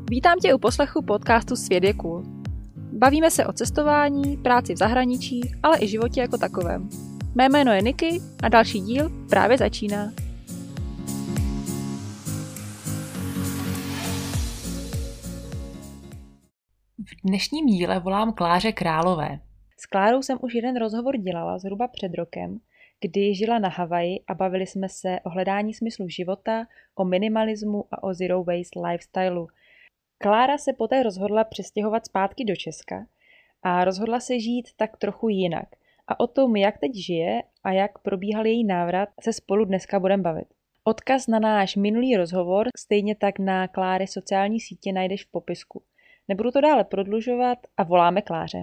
Vítám tě u poslechu podcastu Svět je cool. Bavíme se o cestování, práci v zahraničí, ale i životě jako takovém. Mé jméno je Niky a další díl právě začíná. V dnešním díle volám Kláře Králové. S Klárou jsem už jeden rozhovor dělala zhruba před rokem, kdy žila na Havaji a bavili jsme se o hledání smyslu života, o minimalismu a o zero waste lifestylu. Klára se poté rozhodla přestěhovat zpátky do Česka a rozhodla se žít tak trochu jinak. A o tom, jak teď žije a jak probíhal její návrat, se spolu dneska budeme bavit. Odkaz na náš minulý rozhovor, stejně tak na Kláry sociální sítě najdeš v popisku. Nebudu to dále prodlužovat a voláme Kláře.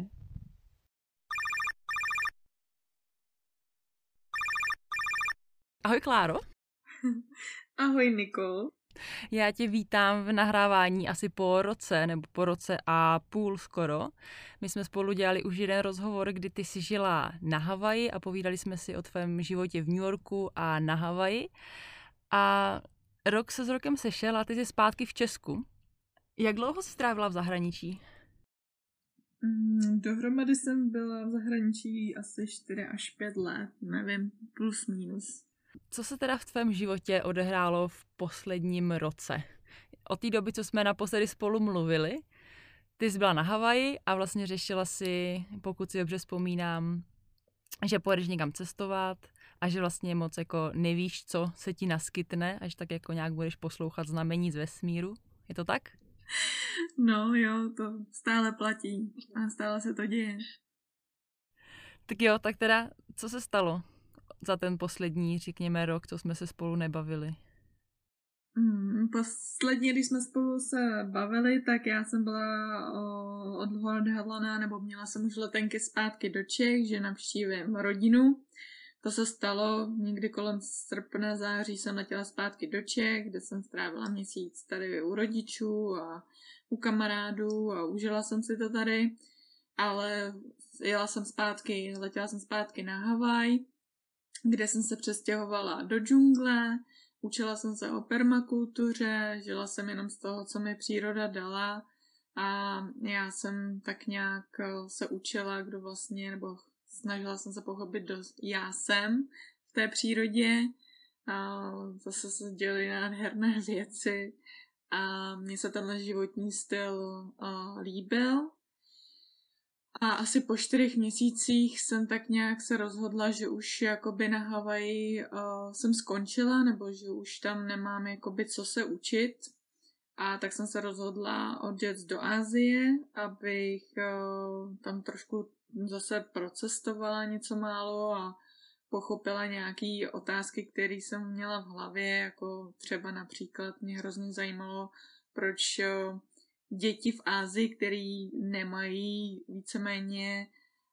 Ahoj Kláro. Ahoj Niko. Já tě vítám v nahrávání asi po roce, nebo po roce a půl skoro. My jsme spolu dělali už jeden rozhovor, kdy ty jsi žila na Havaji a povídali jsme si o tvém životě v New Yorku a na Havaji. A rok se s rokem sešel a ty jsi zpátky v Česku. Jak dlouho jsi strávila v zahraničí? Dohromady jsem byla v zahraničí asi 4 až 5 let, nevím, plus minus. Co se teda v tvém životě odehrálo v posledním roce? Od té doby, co jsme naposledy spolu mluvili, ty jsi byla na Havaji a vlastně řešila si, pokud si dobře vzpomínám, že pojedeš někam cestovat a že vlastně moc jako nevíš, co se ti naskytne, až tak jako nějak budeš poslouchat znamení z vesmíru. Je to tak? No jo, to stále platí a stále se to děje. Tak jo, tak teda, co se stalo za ten poslední, řekněme, rok, co jsme se spolu nebavili? Posledně, když jsme spolu se bavili, tak já jsem byla odhodlaná, nebo měla jsem už letenky zpátky do Čech, že navštívím rodinu. To se stalo, někdy kolem srpna, září jsem letěla zpátky do Čech, kde jsem strávila měsíc tady u rodičů a u kamarádů a užila jsem si to tady, ale letěla jsem zpátky na Havaj, kde jsem se přestěhovala do džungle, učila jsem se o permakultuře, žila jsem jenom z toho, co mi příroda dala a já jsem tak nějak se učila, kdo vlastně, nebo snažila jsem se pochopit, kdo já jsem v té přírodě a zase se děly nádherné věci a mně se tenhle životní styl líbil. A asi po 4 měsících jsem tak nějak se rozhodla, že už jakoby na Havaji jsem skončila, nebo že už tam nemám jakoby co se učit. A tak jsem se rozhodla odjet do Asie, abych tam trošku zase procestovala něco málo a pochopila nějaké otázky, které jsem měla v hlavě, jako třeba například mě hrozně zajímalo, proč děti v Asii, který nemají víceméně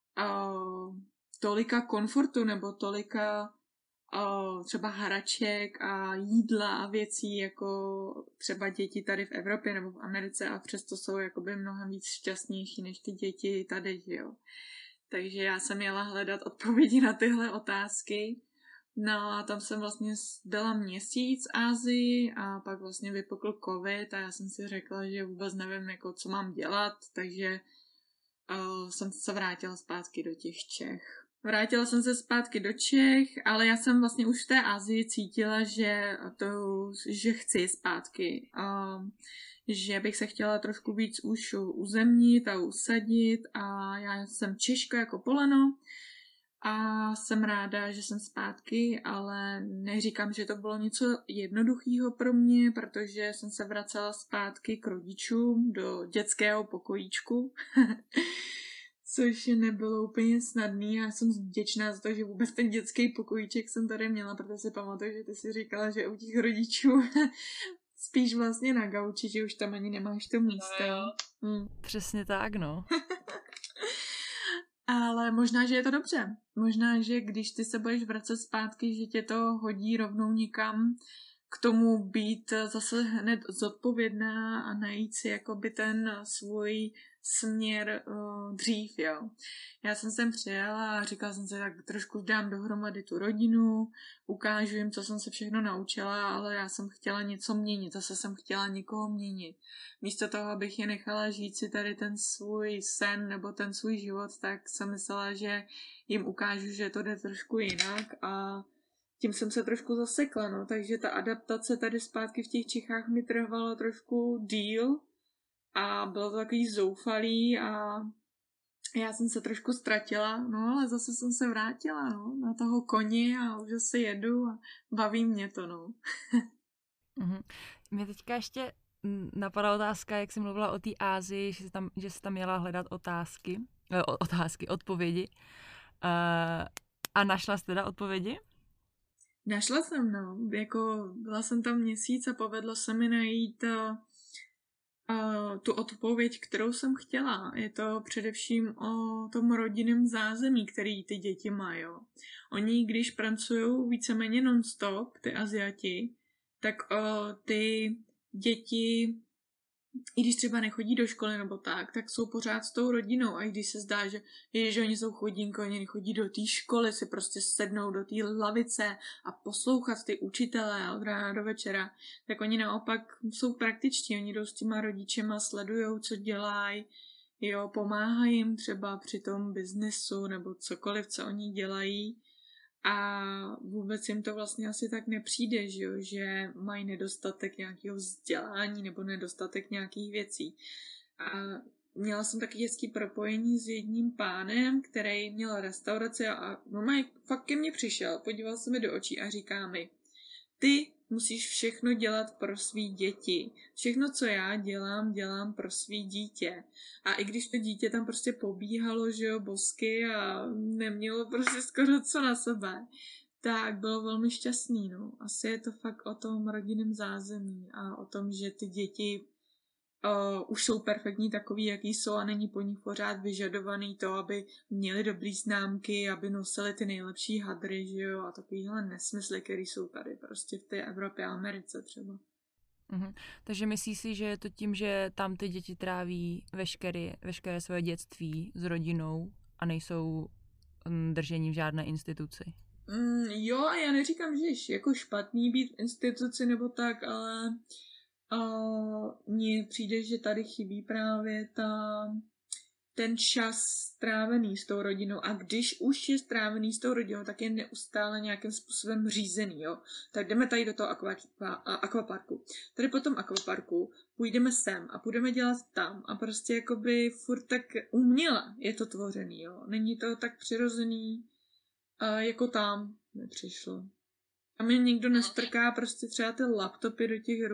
tolika komfortu nebo tolika třeba hraček a jídla a věcí jako třeba děti tady v Evropě nebo v Americe a přesto jsou jakoby mnohem víc šťastnější než ty děti tady, že jo. Takže já jsem jela hledat odpovědi na tyhle otázky. No a tam jsem vlastně byla měsíc v Asii a pak vlastně vypukl covid a já jsem si řekla, že vůbec nevím, jako, co mám dělat, takže jsem se vrátila zpátky do těch Čech. Vrátila jsem se zpátky do Čech, ale já jsem vlastně už v té Asii cítila, že chci zpátky. Že bych se chtěla trošku víc už uzemnit a usadit a já jsem Češka jako poleno a jsem ráda, že jsem zpátky, ale neříkám, že to bylo něco jednoduchého pro mě, protože jsem se vracela zpátky k rodičům do dětského pokojíčku. Což nebylo úplně snadný a jsem vděčná za to, že vůbec ten dětský pokojíček jsem tady měla, protože si pamatuju, že ty si říkala, že u těch rodičů spíš vlastně na gauči, že už tam ani nemáš to místo. Přesně tak, no. Ale možná, že je to dobře. Možná, že když ty se budeš vracet zpátky, že tě to hodí rovnou někam k tomu být zase hned zodpovědná a najít si jakoby ten svůj směr dřív, jo. Já jsem sem přijela a říkala jsem si, tak trošku dám dohromady tu rodinu, ukážu jim, co jsem se všechno naučila, ale já jsem chtěla něco měnit, zase jsem chtěla někoho měnit. Místo toho, abych je nechala žít si tady ten svůj sen nebo ten svůj život, tak jsem myslela, že jim ukážu, že to jde trošku jinak a tím jsem se trošku zasekla, no, takže ta adaptace tady zpátky v těch Čechách mi trvala trošku díl a bylo to takový zoufalý a já jsem se trošku ztratila, no, ale zase jsem se vrátila, no, na toho koni a už zase jedu a baví mě to, no. Mě teďka ještě napadá otázka, jak jsi mluvila o té Ázii, že jsi tam měla hledat odpovědi. A našla jsi teda odpovědi? Našla jsem, no. Jako byla jsem tam měsíc a povedlo se mi najít tu odpověď, kterou jsem chtěla. Je to především o tom rodinném zázemí, který ty děti mají. Oni, když pracují víceméně non-stop, ty Asiati, tak ty děti, i když třeba nechodí do školy nebo tak jsou pořád s tou rodinou. A i když se zdá, že oni jsou chudinko, oni nechodí do té školy, si prostě sednou do té lavice a poslouchat ty učitele od rána do večera, tak oni naopak jsou praktičtí. Oni jdou s těma rodičema, sledujou, co dělají, jo, pomáhají jim třeba při tom biznesu nebo cokoliv, co oni dělají. A vůbec jim to vlastně asi tak nepřijde, že mají nedostatek nějakého vzdělání nebo nedostatek nějakých věcí. A měla jsem taky hezký propojení s jedním pánem, který měl restauraci a fakt ke mně přišel, podíval se mi do očí a říká mi, ty musíš všechno dělat pro svý děti. Všechno, co já dělám pro svý dítě. A i když to dítě tam prostě pobíhalo, že jo, bosky a nemělo prostě skoro co na sebe, tak bylo velmi šťastný, no. Asi je to fakt o tom rodinném zázemí a o tom, že ty děti už jsou perfektní takový, jaký jsou a není po nich pořád vyžadovaný to, aby měli dobrý známky, aby nosili ty nejlepší hadry, že jo, a takovýhle nesmysly, které jsou tady prostě v té Evropě a Americe třeba. Takže myslíš si, že je to tím, že tam ty děti tráví veškeré svoje dětství s rodinou a nejsou držení v žádné instituci? Jo, a já neříkám, že je jako špatný být v instituci nebo tak, ale mně přijde, že tady chybí právě ten čas strávený s tou rodinou a když už je strávený s tou rodinou, tak je neustále nějakým způsobem řízený, jo. Tak jdeme tady do toho akvaparku. Tady po tom akvaparku půjdeme sem a půjdeme dělat tam a prostě jakoby furt tak uměle je to tvořený, jo. Není to tak přirozený, jako tam nepřišlo. A mě někdo nestrká prostě třeba ty laptopy do těch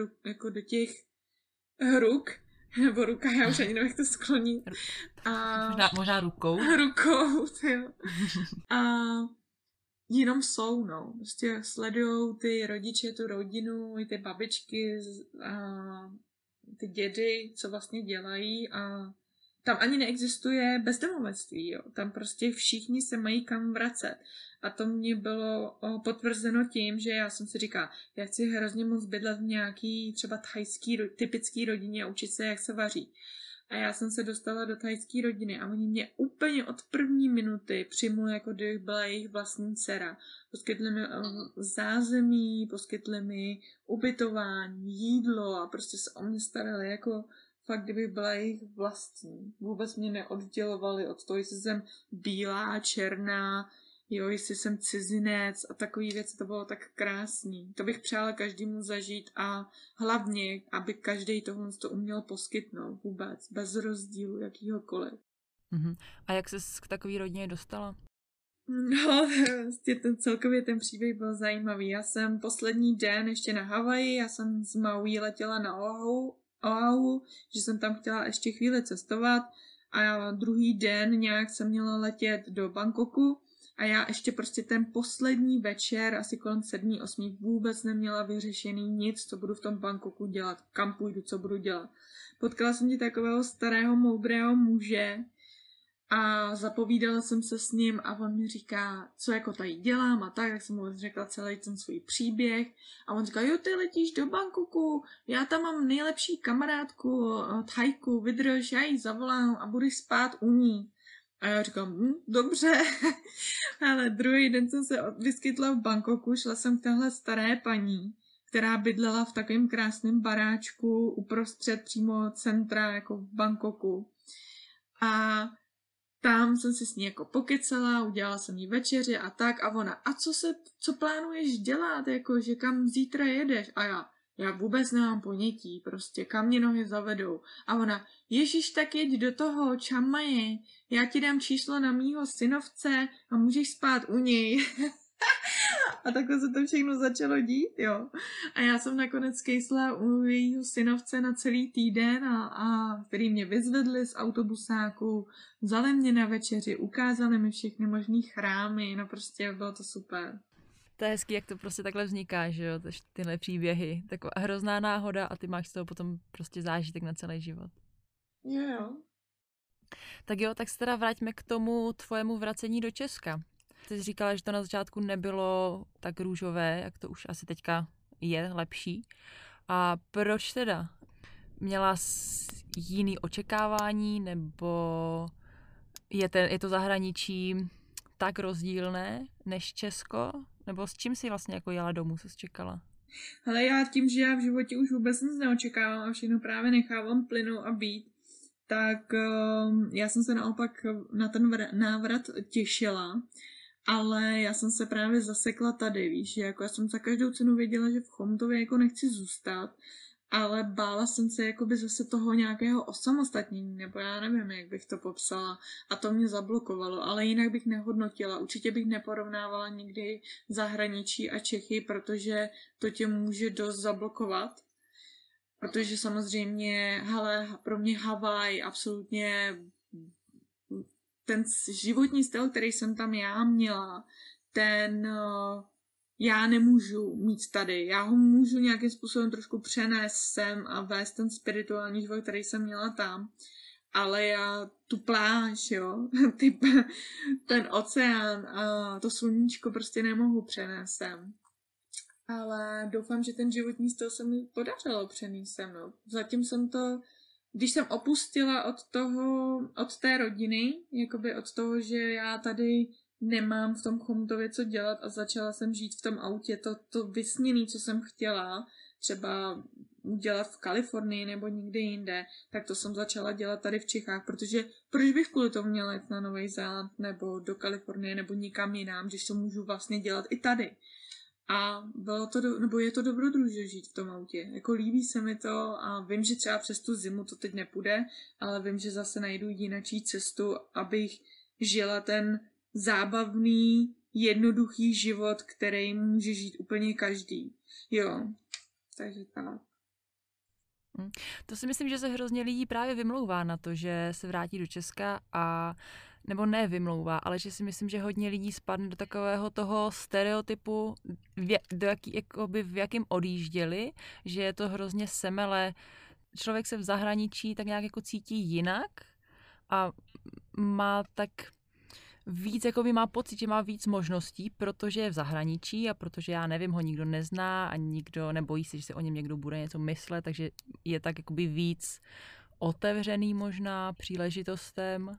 ruk, nebo ruka, já už ani nevím, jak to skloní. Možná rukou. Rukou, jo. A jenom jsou, no. Prostě sledujou ty rodiče, tu rodinu, i ty babičky a ty dědy, co vlastně dělají a tam ani neexistuje bezdomovectví, jo. Tam prostě všichni se mají kam vracet. A to mě bylo potvrzeno tím, že já jsem si říkala, já chci hrozně moc bydlet v nějaký třeba thajský typický rodině a učit se, jak se vaří. A já jsem se dostala do thajské rodiny a oni mě úplně od první minuty přijmuli, jako kdybych byla jejich vlastní dcera. Poskytli mi zázemí, poskytli mi ubytování, jídlo a prostě se o mě starali jako fakt, kdybych byla jejich vlastní. Vůbec mě neoddělovali od toho, jestli jsem bílá, černá, jo, jestli jsem cizinec a takový věci, to bylo tak krásný. To bych přála každému zažít a hlavně, aby každý tohle to uměl poskytnout vůbec, bez rozdílu jakýhokoliv. A jak ses k takový rodině dostala? No, vlastně ten příběh byl zajímavý. Já jsem poslední den ještě na Havaji, já jsem z Maui letěla na Oahu, že jsem tam chtěla ještě chvíli cestovat a druhý den nějak jsem měla letět do Bangkoku a já ještě prostě ten poslední večer, asi kolem 7-8, vůbec neměla vyřešený nic, co budu v tom Bangkoku dělat, kam půjdu, co budu dělat. Potkala jsem takového starého, moudrého muže A zapovídala jsem se s ním a on mi říká, co jako tady dělám a tak jsem mu řekla celý ten svůj příběh. A on říká, jo, ty letíš do Bangkoku, já tam mám nejlepší kamarádku, Thajku, vydrž, já jí zavolám a budeš spát u ní. A já říkám, dobře, ale druhý den jsem se vyskytla v Bangkoku, šla jsem k téhle staré paní, která bydlela v takovém krásném baráčku uprostřed přímo centra, jako v Bangkoku. A tam jsem si s ní jako pokecala, udělala jsem jí večeři a tak a ona, a co plánuješ dělat, jako, že kam zítra jedeš? A já vůbec nemám ponětí, prostě kam mě nohy zavedou. A ona, ježiš, tak jeď do toho Chiang Mai, já ti dám číslo na mýho synovce a můžeš spát u něj. A takhle se to všechno začalo dít, jo. A já jsem nakonec kejsla u jejího synovce na celý týden a který mě vyzvedli z autobusáku, vzali mě na večeři, ukázali mi všechny možný chrámy, no prostě bylo to super. To je hezký, jak to prostě takhle vzniká, že jo, tyhle příběhy. Taková hrozná náhoda a ty máš z toho potom prostě zážitek na celý život. Jo. Tak jo, tak se teda vraťme k tomu tvojemu vracení do Česka. Ty jsi říkala, že to na začátku nebylo tak růžové, jak to už asi teďka je lepší. A proč teda? Měla jsi jiný očekávání, nebo je to zahraničí tak rozdílné než Česko? Nebo s čím jsi vlastně jako jela domů, co jsi čekala? Ale já tím, že já v životě už vůbec nic neočekávám a všechno právě nechávám plynout a být, tak já jsem se naopak na ten návrat těšila. Ale já jsem se právě zasekla tady, víš, že jako já jsem za každou cenu věděla, že v Chomutově jako nechci zůstat, ale bála jsem se jakoby zase toho nějakého osamostatnění, nebo já nevím, jak bych to popsala, a to mě zablokovalo, ale jinak bych nehodnotila, určitě bych neporovnávala nikdy zahraničí a Čechy, protože to tě může dost zablokovat, protože samozřejmě, hele, pro mě Havaj absolutně ten životní styl, který jsem tam já měla, ten já nemůžu mít tady. Já ho můžu nějakým způsobem trošku přenést sem a vést ten spirituální život, který jsem měla tam. Ale já tu pláž, jo, ten oceán a to sluníčko prostě nemohu přenést sem. Ale doufám, že ten životní styl se mi podařilo přenést sem, no. Zatím jsem to, když jsem opustila od té rodiny, jakoby od toho, že já tady nemám v tom Chomutově co dělat a začala jsem žít v tom autě, to vysněné, co jsem chtěla, třeba udělat v Kalifornii nebo někde jinde, tak to jsem začala dělat tady v Čechách, protože proč bych kvůli tomu měla jít na Nový Zéland nebo do Kalifornie nebo nikam jinam, když to můžu vlastně dělat i tady. A je to dobrodružné žít v tom autě. Jako líbí se mi to a vím, že třeba přes tu zimu to teď nepůjde, ale vím, že zase najdu jinačí cestu, abych žila ten zábavný, jednoduchý život, který může žít úplně každý. Jo, takže tak. To si myslím, že se hrozně lidí právě vymlouvá na to, že se vrátí do Česka a nebo ne vymlouvá, ale že si myslím, že hodně lidí spadne do takového toho stereotypu, v jakém odjížděli, že je to hrozně semele. Člověk se v zahraničí tak nějak jako cítí jinak a má tak víc, má pocit, že má víc možností, protože je v zahraničí a protože já nevím, ho nikdo nezná a nikdo nebojí se, že se o něm někdo bude něco myslet, takže je tak jakoby víc otevřený možná příležitostem.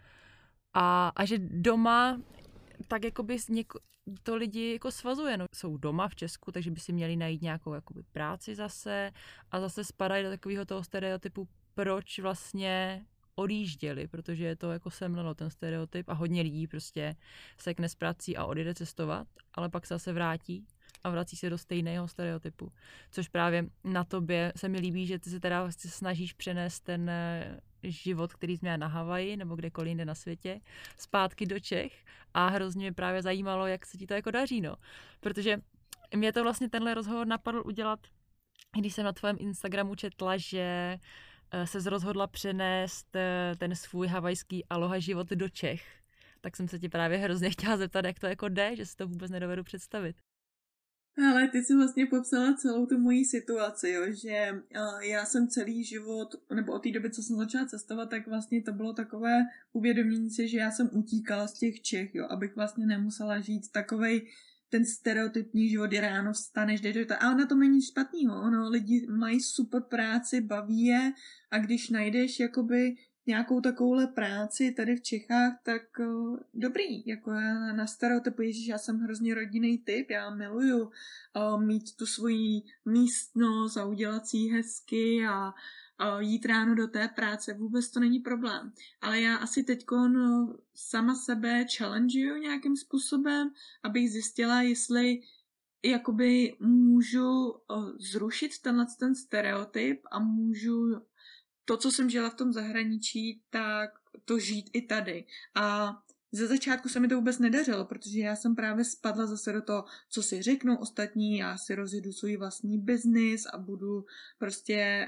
A že doma tak jakoby to lidi jako svazuje. No, jsou doma v Česku, takže by si měli najít nějakou jakoby práci zase a zase spadají do takového toho stereotypu, proč vlastně odjížděli, protože je to jako semlelo ten stereotyp a hodně lidí prostě sekne z prací a odjede cestovat, ale pak se zase vrátí a vrací se do stejného stereotypu. Což právě na tobě se mi líbí, že ty se teda snažíš přenést ten život, který jsi měla na Havaji nebo kdekoliv jinde na světě, zpátky do Čech a hrozně mě právě zajímalo, jak se ti to jako daří, no. Protože mě to vlastně tenhle rozhovor napadl udělat, když jsem na tvém Instagramu četla, že se rozhodla přenést ten svůj havajský aloha život do Čech. Tak jsem se ti právě hrozně chtěla zeptat, jak to jako jde, že si to vůbec nedovedu představit. Ale ty jsi vlastně popsala celou tu moji situaci, jo, že já jsem celý život, nebo od té doby, co jsem začala cestovat, tak vlastně to bylo takové uvědomění si, že já jsem utíkala z těch Čech, jo, abych vlastně nemusela žít takovej ten stereotypní život, kdy ráno vstaneš, jdeš do toho. A na tom není nic špatného, ono, lidi mají super práci, baví je a když najdeš jakoby nějakou takovouhle práci tady v Čechách, tak dobrý, jako já na stereotypu, ježiš, já jsem hrozně rodinný typ, já miluju mít tu svoji místnost a udělat si ji hezky a jít ráno do té práce, vůbec to není problém. Ale já asi teďko sama sebe challengeuju nějakým způsobem, abych zjistila, jestli jakoby můžu zrušit ten stereotyp a můžu to, co jsem žila v tom zahraničí, tak to žít i tady. A ze začátku se mi to vůbec nedařilo, protože já jsem právě spadla zase do toho, co si řeknou ostatní, já si rozjedu svůj vlastní biznis a budu prostě,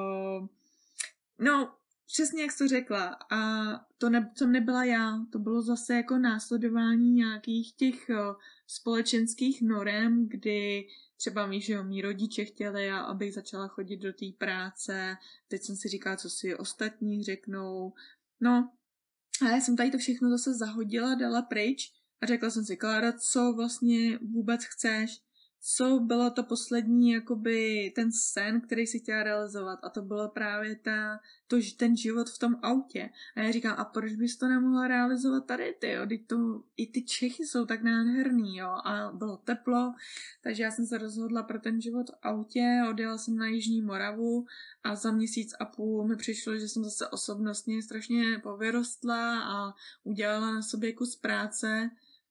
přesně jak jsi to řekla. A to jsem nebyla já, to bylo zase jako následování nějakých těch společenských norem, kdy třeba mý rodiče chtěli, abych začala chodit do té práce. Teď jsem si říkala, co si ostatní řeknou. No, a já jsem tady to všechno zase zahodila, dala pryč a řekla jsem si, Klára, co vlastně vůbec chceš? Co bylo to poslední, jakoby ten sen, který si chtěla realizovat? A to bylo právě ten život v tom autě. A já říkám, a proč bys to nemohla realizovat tady, ty, jo? I ty Čechy jsou tak nádherný, jo? A bylo teplo, takže já jsem se rozhodla pro ten život v autě, odjela jsem na Jižní Moravu a za 1,5 měsíce mi přišlo, že jsem zase osobnostně strašně povyrostla a udělala na sobě kus práce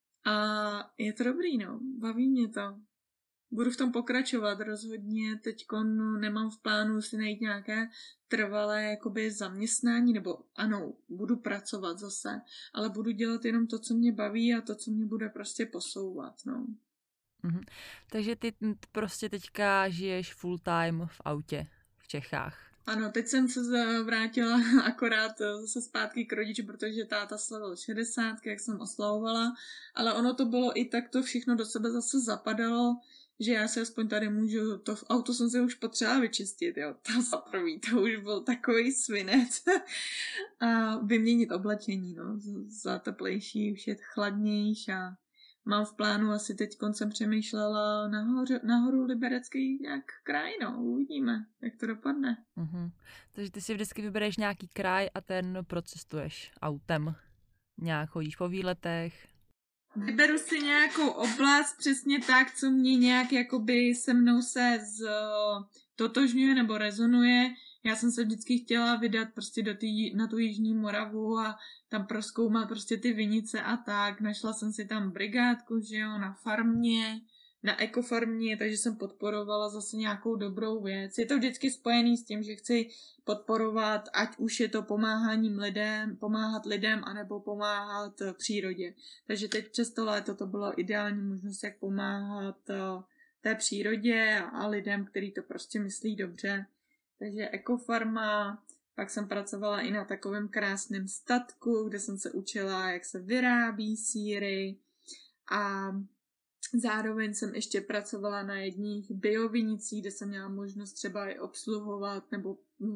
a je to dobrý, no, baví mě to. Budu v tom pokračovat rozhodně, teďko nemám v plánu si najít nějaké trvalé jakoby zaměstnání, nebo ano, budu pracovat zase, ale budu dělat jenom to, co mě baví a to, co mě bude prostě posouvat, no. Mhm. Takže ty prostě teďka žiješ full time v autě v Čechách. Ano, teď jsem se vrátila akorát zase zpátky k rodiči, protože táta slavil 60, jak jsem oslavovala, ale ono to bylo i tak, to všechno do sebe zase zapadalo, že já si aspoň tady můžu, to v auto jsem si už potřeba vyčistit, jo, to za prvý, to už byl takový svinec a vyměnit oblečení, no, za teplejší, už je chladnější a mám v plánu asi teď jsem přemýšlela nahoru Liberecký nějak kraj, no, uvidíme, jak to dopadne. Mhm. Takže ty si vždycky vybereš nějaký kraj a ten procestuješ autem. Nějak chodíš po výletech. Vyberu si nějakou oblast přesně tak, co mě nějak jakoby se mnou se totožňuje nebo rezonuje. Já jsem se vždycky chtěla vydat prostě na tu Jižní Moravu a tam prozkoumat prostě ty vinice a tak. Našla jsem si tam brigádku, že jo, na farmě, na ekofarmě, takže jsem podporovala zase nějakou dobrou věc. Je to vždycky spojený s tím, že chci podporovat, ať už je to pomáhat lidem, anebo pomáhat přírodě. Takže teď přes to léto to bylo ideální možnost, jak pomáhat té přírodě a lidem, kteří to prostě myslí dobře. Takže ekofarma, pak jsem pracovala i na takovém krásném statku, kde jsem se učila, jak se vyrábí sýry a zároveň jsem ještě pracovala na jedních biovinicích, kde jsem měla možnost třeba i obsluhovat nebo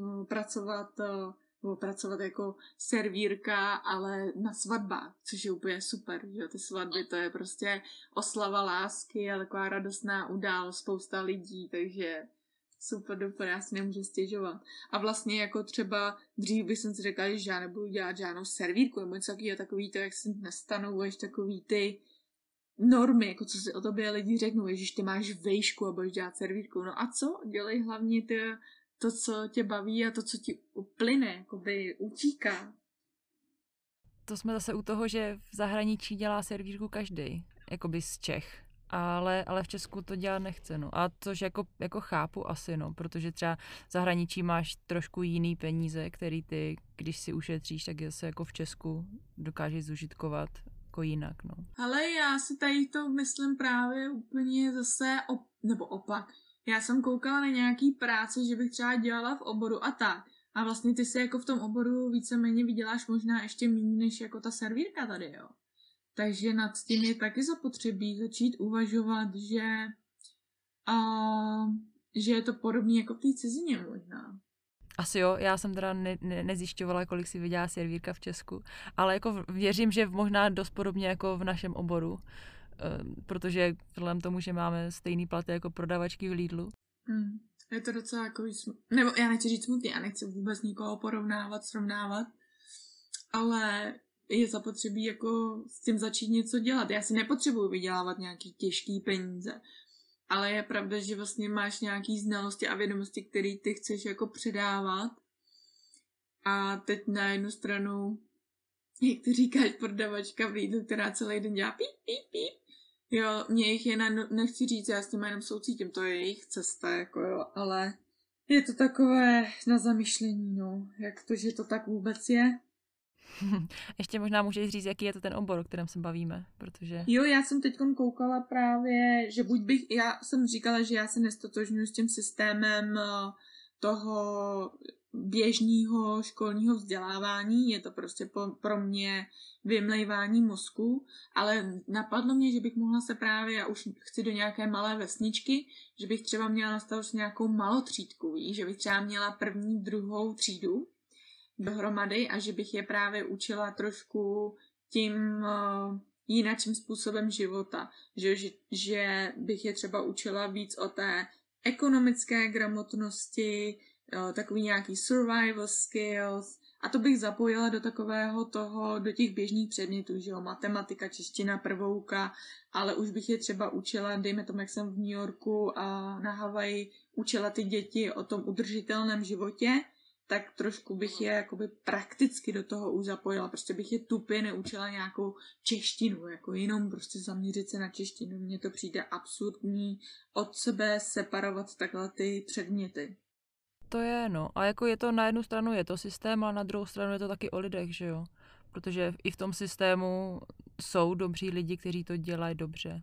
pracovat jako servírka, ale na svatbách, což je úplně super, že ty svatby, to je prostě oslava lásky a taková radostná událost, spousta lidí, takže super duper, já si nemůžu stěžovat. A vlastně jako třeba dřív bych jsem si řekla, že já nebudu dělat žádnou servírku, nebo něco takový to, jak si nestanovuješ takový ty normy, jako co si o tobě lidi řeknou, ježiš, ty máš vejšku a budeš dělat servírku. No a co? Dělej hlavně to, co tě baví a to, co ti uplyne, jakoby utíká. To jsme zase u toho, že v zahraničí dělá servírku každý, jakoby z Čech. Ale v Česku to dělat nechce, no. A což jako chápu asi, no, protože třeba v zahraničí máš trošku jiný peníze, který ty, když si ušetříš, tak zase jako v Česku dokážeš zužitkovat jako jinak, no. Ale já si tady to myslím právě úplně zase opak. Já jsem koukala na nějaký práce, že bych třeba dělala v oboru a tak. A vlastně ty si jako v tom oboru víceméně vyděláš možná ještě méně než jako ta servírka tady, jo. Takže nad tím je taky zapotřebí začít uvažovat, že a že je to podobný jako v té cizině možná. Asi jo, já jsem teda nezjišťovala, kolik si vydělá servírka v Česku, ale jako věřím, že možná dost podobně jako v našem oboru, protože vzhledem tomu, že máme stejný platy jako prodavačky v Lidlu. Je to docela jako, nebo já nechci říct smutný, já nechci vůbec nikoho porovnávat, srovnávat, ale je zapotřebí jako s tím začít něco dělat. Já si nepotřebuji vydělávat nějaký těžký peníze, ale je pravda, že vlastně máš nějaký znalosti a vědomosti, které ty chceš jako předávat. A teď na jednu stranu, jak ty říkáš, prodavačka v Lidlu, která celý den dělá píp, píp, píp. Jo, mě jich je, nechci říct, já s tím jenom soucítím, to je jejich cesta, jako jo, ale je to takové na zamyšlení, no, jak to, že to tak vůbec je. Ještě možná můžeš říct, jaký je to ten obor, o kterém se bavíme, protože... Jo, já jsem teď koukala právě, že já jsem říkala, že já se nestotožňuji s tím systémem toho běžného školního vzdělávání, je to prostě pro mě vymlejvání mozku, ale napadlo mě, že bych mohla se právě, já už chci do nějaké malé vesničky, že bych třeba měla na starost nějakou malotřídku, že bych třeba měla 1., 2. třídu dohromady a že bych je právě učila trošku tím jinačím způsobem života, že bych je třeba učila víc o té ekonomické gramotnosti, takový nějaký survival skills a to bych zapojila do takového toho, do těch běžných předmětů, že jo, matematika, čeština, prvouka, ale už bych je třeba učila, dejme tomu, jak jsem v New Yorku a na Havaji učila ty děti o tom udržitelném životě, tak trošku bych je jakoby prakticky do toho už zapojila. Prostě bych je tupě neučila nějakou češtinu, jako jenom prostě zaměřit se na češtinu. Mně to přijde absurdní od sebe separovat takhle ty předměty. To je, no. A jako je to na jednu stranu je to systém, a na druhou stranu je to taky o lidech, že jo? Protože i v tom systému jsou dobří lidi, kteří to dělají dobře.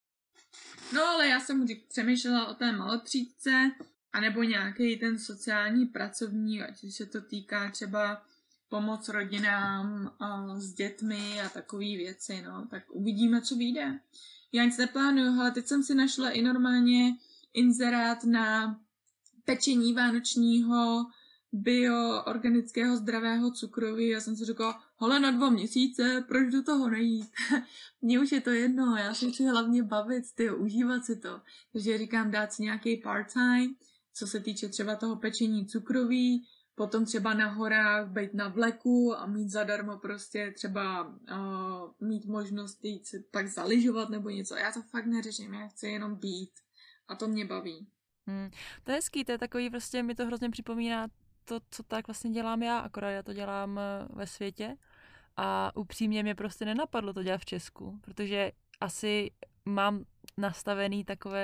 No ale já jsem přemýšlela o té malotřídce, anebo nějaký ten sociální pracovník, ať se to týká třeba pomoc rodinám s dětmi a takové věci, no, tak uvidíme, co vyjde. Já nic neplánuju, ale teď jsem si našla i normálně inzerát na pečení vánočního bioorganického zdravého cukroví. Já jsem si říkala, hele, na 2 měsíce, proč do toho nejít? Mně už je to jedno, já si chci hlavně bavit, užívat si to. Takže říkám, dát si nějaký part-time, co se týče třeba toho pečení cukroví, potom třeba na horách být na vleku a mít zadarmo prostě třeba mít možnost jít se pak zaližovat nebo něco. Já to fakt neřeším, já chci jenom být a to mě baví. To je hezký, to je takový, prostě mi to hrozně připomíná to, co tak vlastně dělám já, akorát já to dělám ve světě a upřímně mě prostě nenapadlo to dělat v Česku, protože asi mám nastavený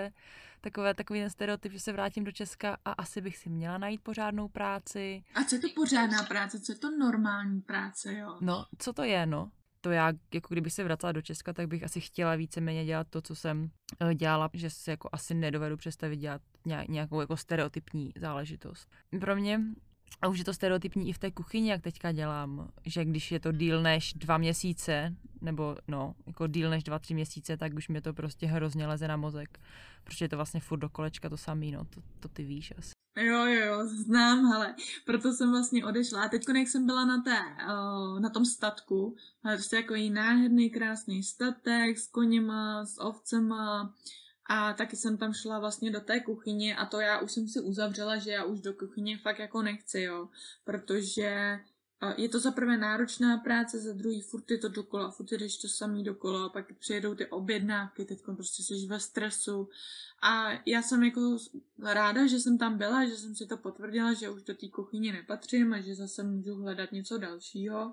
takový ten stereotyp, že se vrátím do Česka a asi bych si měla najít pořádnou práci. A co je to pořádná práce? Co je to normální práce, jo? No, co to je, no? To já, jako kdybych se vracela do Česka, tak bych asi chtěla víceméně dělat to, co jsem dělala, že si jako asi nedovedu představit dělat nějakou jako stereotypní záležitost. Pro mě, a už je to stereotypní i v té kuchyni, jak teďka dělám, že když je to díl než 2 měsíce, nebo no, jako díl než 2-3 měsíce, tak už mě to prostě hrozně leze na mozek, protože je to vlastně furt do kolečka to samý, no, to ty víš asi. Jo, znám, hele, proto jsem vlastně odešla. A teď, jak jsem byla na tom statku, ale prostě jako nádherný, krásný statek s koněma, s ovcema a taky jsem tam šla vlastně do té kuchyně a to já už jsem si uzavřela, že já už do kuchyně fakt jako nechci, jo, protože je to za prvé náročná práce, za druhý furt je to dokola, furt jdeš to samý dokola, pak přijedou ty objednávky, teď prostě jsi ve stresu a já jsem jako ráda, že jsem tam byla, že jsem si to potvrdila, že už do té kuchyně nepatřím a že zase můžu hledat něco dalšího,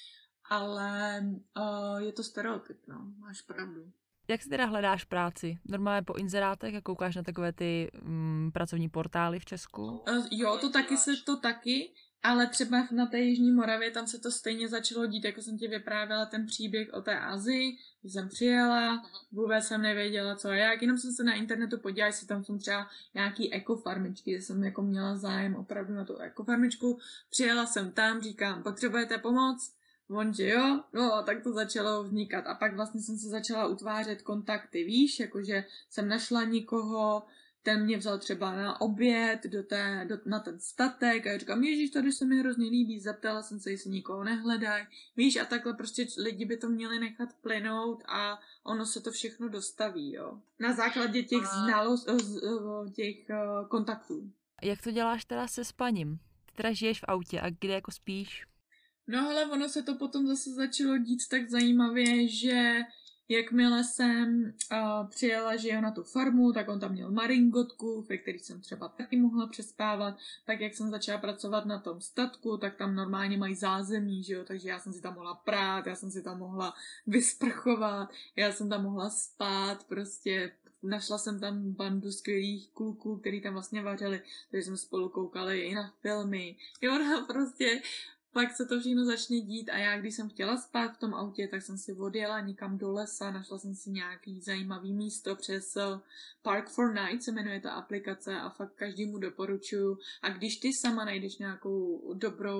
ale je to stereotyp, no, máš pravdu. Jak si teda hledáš práci? Normálně po inzerátech a koukáš na takové ty pracovní portály v Česku? Jo, to taky, ale třeba na té Jižní Moravě tam se to stejně začalo dít, jako jsem ti vyprávěla ten příběh o té Asii, když jsem přijela, vůbec jsem nevěděla co a jak, jenom jsem se na internetu podívala, jestli tam jsou třeba nějaký ekofarmičky, že jsem jako měla zájem opravdu na tu ekofarmičku, přijela jsem tam, říkám, potřebujete pomoc? On, že jo, no, tak to začalo vznikat a pak vlastně jsem se začala utvářet kontakty, víš, jakože jsem našla někoho, ten mě vzal třeba na oběd na ten statek a já říkám, ježíš, tady se mi hrozně líbí, zeptala jsem se, jestli nikoho nehledají, víš, a takhle prostě lidi by to měli nechat plynout a ono se to všechno dostaví, jo. Na základě těch kontaktů. Jak to děláš teda se spaním? Ty teda žiješ v autě a kde jako spíš? No hele, ono se to potom zase začalo dít tak zajímavě, že jakmile jsem přijela, že jo, na tu farmu, tak on tam měl maringotku, ve který jsem třeba taky mohla přespávat. Tak jak jsem začala pracovat na tom statku, tak tam normálně mají zázemí, že jo, takže já jsem si tam mohla prát, já jsem si tam mohla vysprchovat, já jsem tam mohla spát, prostě našla jsem tam bandu skvělých kluků, který tam vlastně vařili, takže jsme spolu koukali i na filmy. Jo, no, prostě pak se to všechno začne dít a já, když jsem chtěla spát v tom autě, tak jsem si odjela někam do lesa, našla jsem si nějaký zajímavý místo přes Park for Night, se jmenuje ta aplikace a fakt každému doporučuju. A když ty sama najdeš nějakou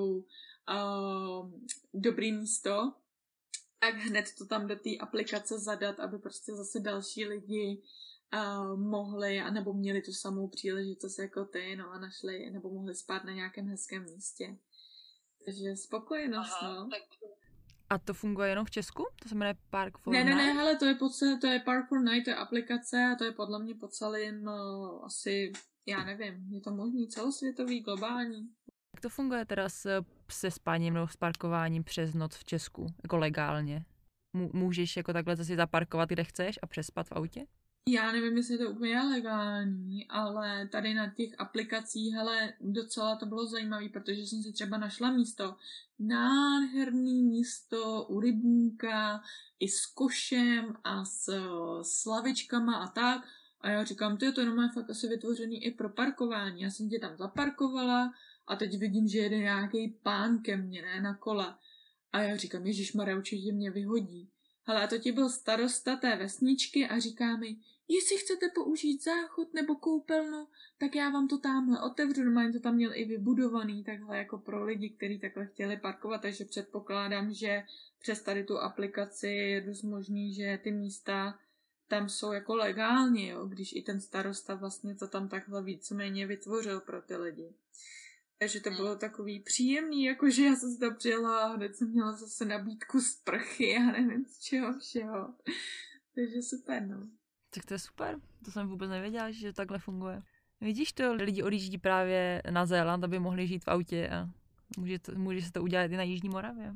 dobrý místo, tak hned to tam do té aplikace zadat, aby prostě zase další lidi mohli, anebo měli tu samou příležitost jako ty, no a našli, nebo mohli spát na nějakém hezkém místě. Takže spokojenost, no. A to funguje jenom v Česku? To se jmenuje Park for Night? Ne, hele, to je Park for Night, to je aplikace a to je podle mě po celém asi, já nevím, je to možný celosvětový, globální. Jak to funguje teda se spáním nebo s parkováním přes noc v Česku, jako legálně? Můžeš jako takhle zase zaparkovat, kde chceš a přespat v autě? Já nevím, jestli je to úplně legální, ale tady na těch aplikacích, hele, docela to bylo zajímavé, protože jsem si třeba našla místo, nádherný místo u rybníka, i s košem a s lavičkama a tak. A já říkám, to je normálně fakt asi vytvořený i pro parkování. Já jsem tě tam zaparkovala a teď vidím, že jede nějaký pán ke mně, ne, na kole. A já říkám, ježišmarja, určitě mě vyhodí. Hele, a to ti byl starosta té vesničky a říká mi, jestli chcete použít záchod nebo koupelnu, tak já vám to tamhle otevřu. Normálně to tam měl i vybudovaný takhle jako pro lidi, kteří takhle chtěli parkovat, takže předpokládám, že přes tady tu aplikaci je dost možný, že ty místa tam jsou jako legálně, jo, když i ten starosta vlastně to tam takhle víceméně vytvořil pro ty lidi. Takže to bylo takový příjemný, jakože já jsem si tam přijela a hned jsem měla zase nabídku sprchy a nevím z čeho všeho. Takže super, no. Tak to je super, to jsem vůbec nevěděla, že takhle funguje. Vidíš to, lidi odjíždí právě na Zéland, aby mohli žít v autě a může se to udělat i na Jižní Moravě.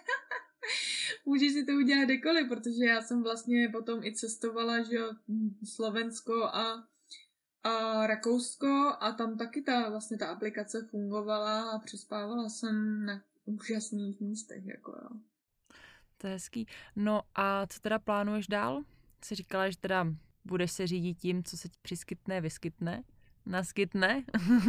Můžeš si to udělat kdekoliv, protože já jsem vlastně potom i cestovala, že jo, Slovensko a Rakousko a tam taky ta aplikace fungovala a přespávala jsem na úžasných místech, jako jo. To je hezký. No a co teda plánuješ dál? Jsi říkala, že teda budeš se řídit tím, co se ti naskytne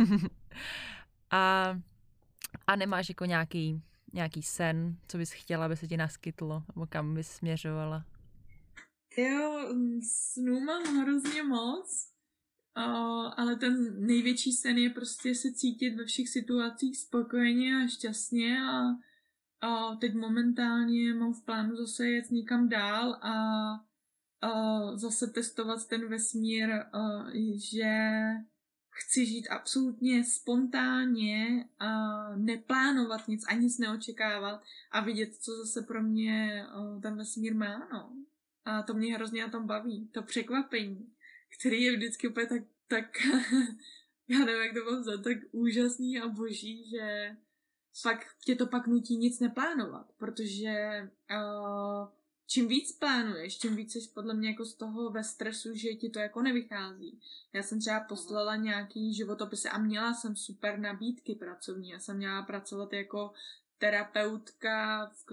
a nemáš jako nějaký sen, co bys chtěla, aby se ti naskytlo, nebo kam bys směřovala? Jo, snů mám hrozně moc, ale ten největší sen je prostě se cítit ve všech situacích spokojeně a šťastně a teď momentálně mám v plánu zase jet někam dál a zase testovat ten vesmír, že chci žít absolutně spontánně a neplánovat nic, ani nic neočekávat a vidět, co zase pro mě ten vesmír má, no. A to mě hrozně na tom baví, to překvapení, který je vždycky úplně tak já nevím, jak to mám tak úžasný a boží, že fakt tě to pak nutí nic neplánovat, protože čím víc plánuješ, tím víc jsi podle mě jako z toho ve stresu, že ti to jako nevychází. Já jsem třeba poslala nějaký životopisy a měla jsem super nabídky pracovní. Já jsem měla pracovat jako terapeutka v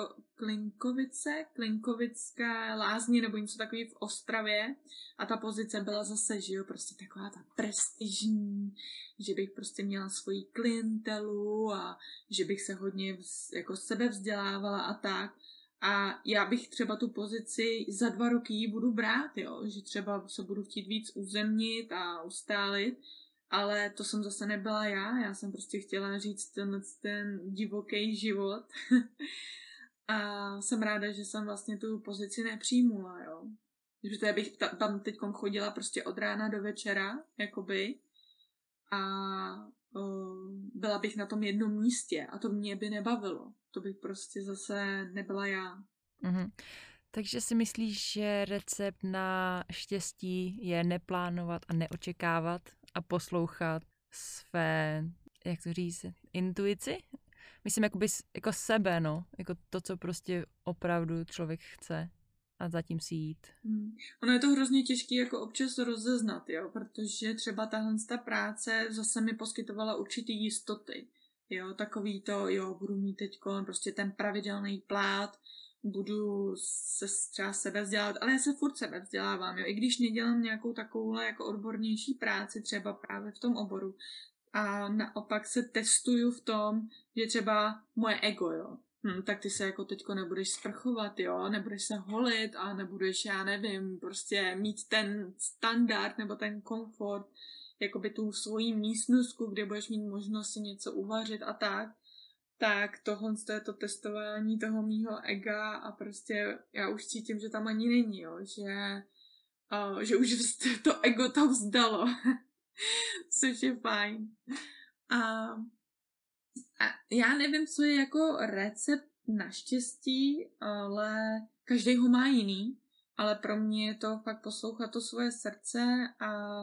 Klinkovické lázně nebo něco takový v Ostravě a ta pozice byla zase, že jo, prostě taková ta prestižní, že bych prostě měla svoji klientelu a že bych se hodně jako sebevzdělávala a tak. A já bych třeba tu pozici za 2 roky ji budu brát, jo, že třeba se budu chtít víc uzemnit a ustálit, ale to jsem zase nebyla já jsem prostě chtěla říct ten divoký život a jsem ráda, že jsem vlastně tu pozici nepřijmula, jo. Protože já bych tam teď chodila prostě od rána do večera, jakoby, a byla bych na tom jednom místě a to mě by nebavilo. To bych prostě zase nebyla já. Mhm. Takže si myslíš, že recept na štěstí je neplánovat a neočekávat a poslouchat své, jak to říct, intuici? Myslím jako sebe, no. Jako to, co prostě opravdu člověk chce a zatím si jít. Ono je to hrozně těžké jako občas rozeznat, jo, protože třeba tahle práce zase mi poskytovala určitý jistoty. Jo, takový to, jo, budu mít teďko prostě ten pravidelný plát, budu se třeba sebe vzdělávat, ale já se furt sebe vzdělávám, jo, i když nedělám nějakou takovouhle jako odbornější práci, třeba právě v tom oboru. A naopak se testuju v tom, že třeba moje ego, jo, tak ty se jako teďko nebudeš sprchovat, jo, nebudeš se holit a nebudeš, já nevím, prostě mít ten standard nebo ten komfort, jakoby tu svoji místnostku, kde budeš mít možnost si něco uvařit a tak tohle je to testování toho mýho ega a prostě já už cítím, že tam ani není, jo, že už to ego to vzdalo, což je fajn. A já nevím, co je jako recept na štěstí, ale každý ho má jiný, ale pro mě je to fakt poslouchat to svoje srdce a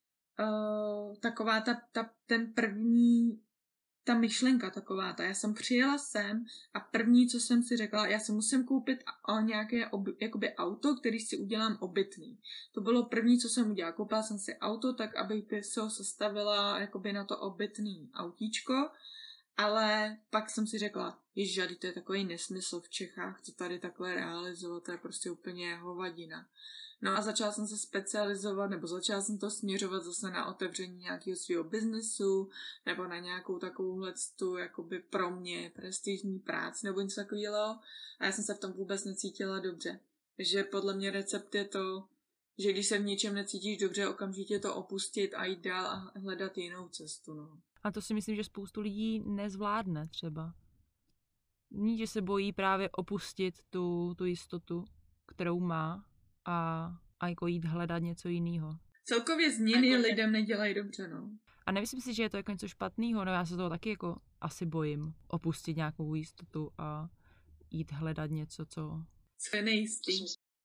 taková ten první, ta myšlenka taková, já jsem přijela sem a první, co jsem si řekla, já si musím koupit nějaké jakoby auto, který si udělám obytný. To bylo první, co jsem udělala. Koupila jsem si auto, tak aby se ho sestavila jakoby na to obytný autíčko, ale pak jsem si řekla, ježiš, to je takový nesmysl v Čechách, co tady takhle realizovat, to je prostě úplně hovadina. No a začala jsem se specializovat, nebo začala jsem to směřovat zase na otevření nějakého svého biznesu, nebo na nějakou takovouhle jakoby pro mě prestižní práci, nebo něco takového. A já jsem se v tom vůbec necítila dobře. Takže podle mě recept je to, že když se v něčem necítíš dobře, okamžitě to opustit a jít dál a hledat jinou cestu, no. A to si myslím, že spoustu lidí nezvládne třeba. Ní, že se bojí právě opustit tu jistotu, kterou má a jako jít hledat něco jiného. Celkově změny lidem nedělají dobře, no. A nemyslím si, že je to jako něco špatného, no já se toho taky jako asi bojím. Opustit nějakou jistotu a jít hledat něco, co je nejistý.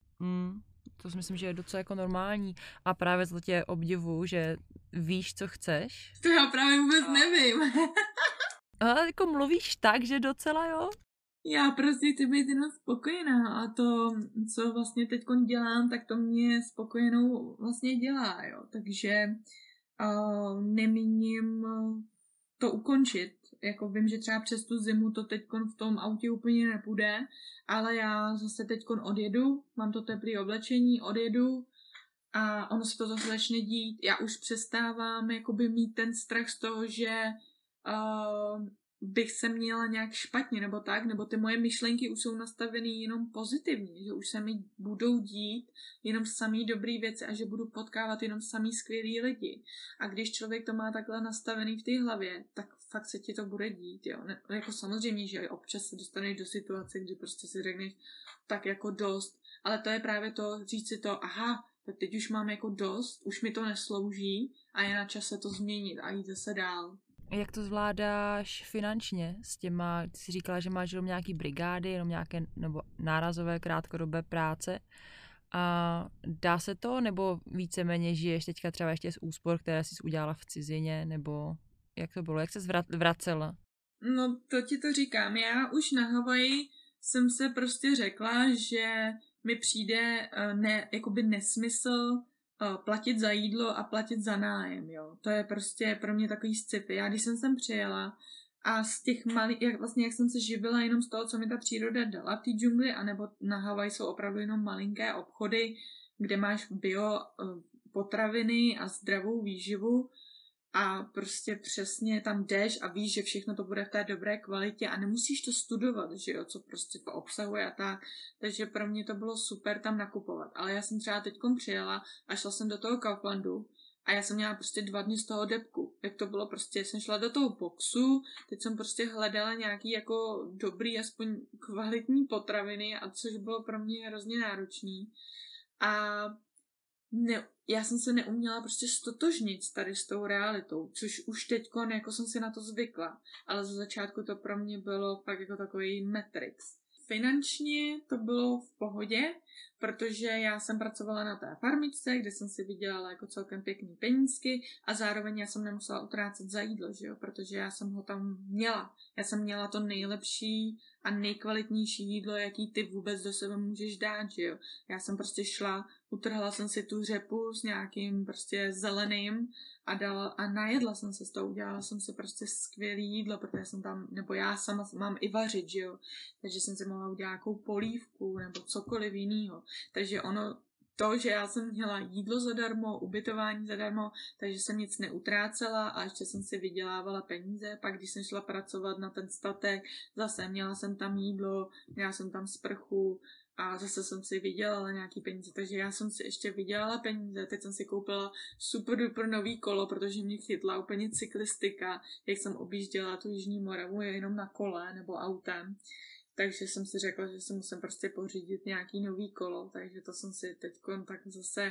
To si myslím, že je docela jako normální. A právě za tě obdivuju, že víš, co chceš. To já právě vůbec nevím. Ale jako mluvíš tak, že docela jo? Já prostě chci být jenom spokojená a to, co vlastně teď dělám, tak to mě spokojenou vlastně dělá, jo. Takže nemíním to ukončit. Jako vím, že třeba přes tu zimu to teď v tom autě úplně nepůjde, ale já zase teď odjedu, mám to teplé oblečení, odjedu a ono se to zase začne dít. Já už přestávám jakoby mít ten strach z toho, že bych se měla nějak špatně nebo tak, nebo ty moje myšlenky už jsou nastaveny jenom pozitivně, že už se mi budou dít jenom samý dobrý věci a že budu potkávat jenom samý skvělý lidi. A když člověk to má takhle nastavený v té hlavě, tak fakt se ti to bude dít, jo. Ne, jako samozřejmě, že občas se dostaneš do situace, kdy prostě si řekneš tak jako dost, ale to je právě to, říct si to, aha, tak teď už mám jako dost, už mi to neslouží a je na čase to změnit a jít zase dál. Jak to zvládáš finančně s těma, ty jsi říkala, že máš jenom nějaký brigády, jenom nějaké nebo nárazové krátkodobé práce a dá se to, nebo víceméně žiješ teďka třeba ještě z úspor, které jsi udělala v cizině, nebo jak to bylo, jak jsi vracela? No to ti to říkám, já už na Havaji jsem se prostě řekla, že mi přijde jakoby nesmysl platit za jídlo a platit za nájem, jo. To je prostě pro mě takový sci-fi. Já když jsem sem přijela a z těch malých, jak jsem se živila jenom z toho, co mi ta příroda dala v té džungli, anebo na Havaji jsou opravdu jenom malinké obchody, kde máš bio potraviny a zdravou výživu a prostě přesně tam jdeš a víš, že všechno to bude v té dobré kvalitě a nemusíš to studovat, že jo, co prostě to obsahuje a tak. Takže pro mě to bylo super tam nakupovat. Ale já jsem třeba teďkom přijela a šla jsem do toho Kauflandu a já jsem měla prostě 2 dny z toho depku. Jak to bylo prostě, jsem šla do toho boxu, teď jsem prostě hledala nějaký jako dobrý, aspoň kvalitní potraviny a což bylo pro mě hrozně náročný. A já jsem se neuměla prostě stotožnit tady s tou realitou, což už teďkon jako jsem si na to zvykla, ale za začátku to pro mě bylo fakt jako takový Matrix. Finančně to bylo v pohodě, protože já jsem pracovala na té farmičce, kde jsem si vydělala jako celkem pěkný penízky a zároveň já jsem nemusela utrácet za jídlo, že jo, protože já jsem ho tam měla. Já jsem měla to nejlepší a nejkvalitnější jídlo, jaký ty vůbec do sebe můžeš dát, že jo. Já jsem prostě šla, utrhla jsem si tu řepu s nějakým prostě zeleným a najedla jsem se s tou, udělala jsem si prostě skvělý jídlo, protože jsem tam, nebo já sama mám i vařit, že jo, takže jsem si mohla udělat nějakou polívku nebo cokoliv jinýho. Takže to, že já jsem měla jídlo zadarmo, ubytování zadarmo, takže jsem nic neutrácela a ještě jsem si vydělávala peníze. Pak když jsem šla pracovat na ten statek, zase měla jsem tam jídlo, měla jsem tam sprchu a zase jsem si vydělala nějaký peníze. Takže já jsem si ještě vydělala peníze, teď jsem si koupila super duper nový kolo, protože mě chytla úplně cyklistika, jak jsem objížděla tu Jižní Moravu jenom na kole nebo autem. Takže jsem si řekla, že si musím prostě pořídit nějaký nový kolo, takže to jsem si teďko tak zase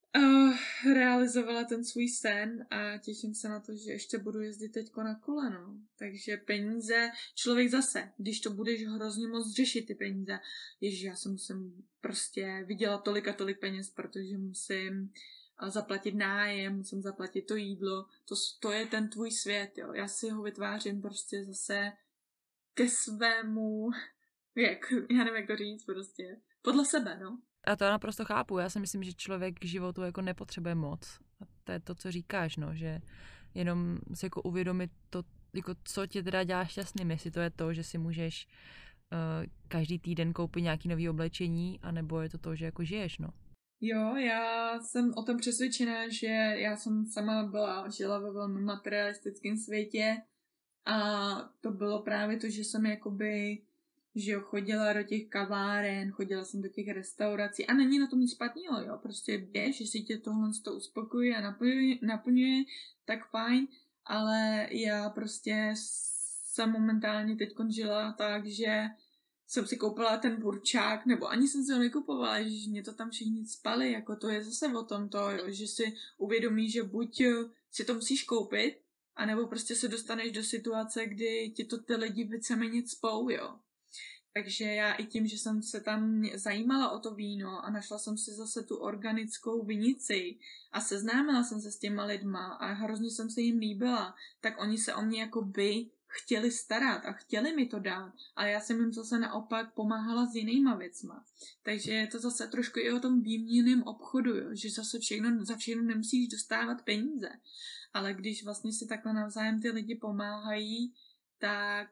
realizovala ten svůj sen a těším se na to, že ještě budu jezdit teďko na kole, no. Takže peníze, člověk zase, když to budeš hrozně moc řešit ty peníze, ježiš, já se musím prostě vydělat tolik a tolik peněz, protože musím zaplatit nájem, musím zaplatit to jídlo, to je ten tvůj svět, jo. Já si ho vytvářím prostě zase ke svému, já nevím, jak to říct, prostě podle sebe, no. A to já naprosto chápu. Já si myslím, že člověk k životu jako nepotřebuje moc. A to je to, co říkáš, no, že jenom si jako uvědomit to, jako co tě teda dělá šťastným, jestli to je to, že si můžeš každý týden koupit nějaký nový oblečení, anebo je to to, že jako žiješ, no. Jo, já jsem o tom přesvědčená, že já jsem sama žila ve velmi materialistickém světě a to bylo právě to, že jsem jakoby, že jo, chodila do těch kaváren, chodila jsem do těch restaurací a není na tom nic špatného, jo, prostě běž, že si tě tohle to uspokojuje a naplňuje, tak fajn, ale já prostě jsem momentálně teď žila tak, že jsem si koupila ten burčák, nebo ani jsem si ho nekupovala, že mě to tam všichni spali, jako to je zase o tom to, jo, že si uvědomí, že buď si to musíš koupit, anebo prostě se dostaneš do situace, kdy ti to ty lidi víceméně cpou, jo. Takže já i tím, že jsem se tam zajímala o to víno a našla jsem si zase tu organickou vinici a seznámila jsem se s těma lidma a hrozně jsem se jim líbila, tak oni se o mě jako by chtěli starat a chtěli mi to dát, ale já jsem jim zase naopak pomáhala s jinýma věcma. Takže je to zase trošku i o tom výměnném obchodu, jo? Že zase za všechno nemusíš dostávat peníze. Ale když vlastně si takhle navzájem ty lidi pomáhají, tak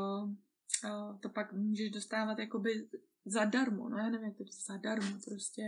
to pak můžeš dostávat jakoby zadarmo, no já nevím, jak to říct, zadarmo prostě.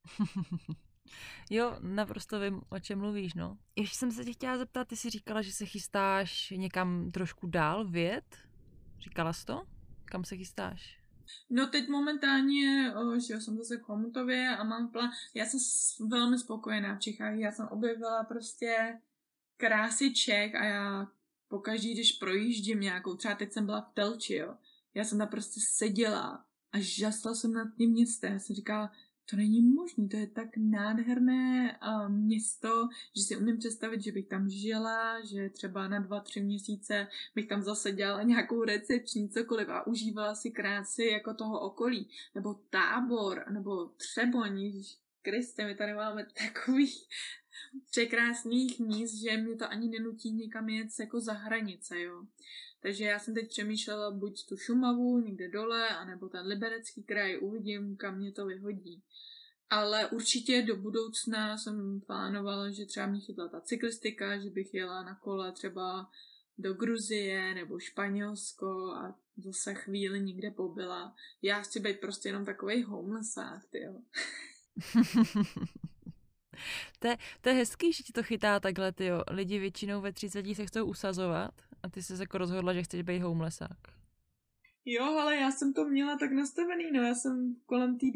Jo, naprosto vím, o čem mluvíš, no. Ještě jsem se tě chtěla zeptat, ty jsi říkala, že se chystáš někam trošku dál vyjet? Říkala jsi to? Kam se chystáš? No teď momentálně, že jsem zase v Chomutově a mám plán, já jsem velmi spokojená v Čechách, já jsem objevila prostě krásy Čech a já pokaždý, když projíždím nějakou, třeba teď jsem byla v Telči, jo, já jsem tam prostě seděla a žasla jsem nad tím městem, já jsem říkala, to není možné, to je tak nádherné město, že si umím představit, že bych tam žila, že třeba na 2-3 měsíce bych tam zase dělala nějakou recepční, cokoliv a užívala si krásy jako toho okolí, nebo Tábor, nebo Třeboň, Ježíš Kriste, my tady máme takových překrásných míst, že mě to ani nenutí někam jet jako za hranice, jo. Takže já jsem teď přemýšlela buď tu Šumavu někde dole, anebo ten Liberecký kraj, uvidím, kam mě to vyhodí. Ale určitě do budoucna jsem plánovala, že třeba mě chytla ta cyklistika, že bych jela na kole třeba do Gruzie nebo Španělsko a zase chvíli někde pobyla. Já chci být prostě jenom takovej homelessák, tyjo. To je hezký, že ti to chytá takhle, tyjo. Lidi většinou ve 30 se chcou usazovat a ty jsi se jako rozhodla, že chceš být homelessák. Jo, ale já jsem to měla tak nastavený, no já jsem kolem té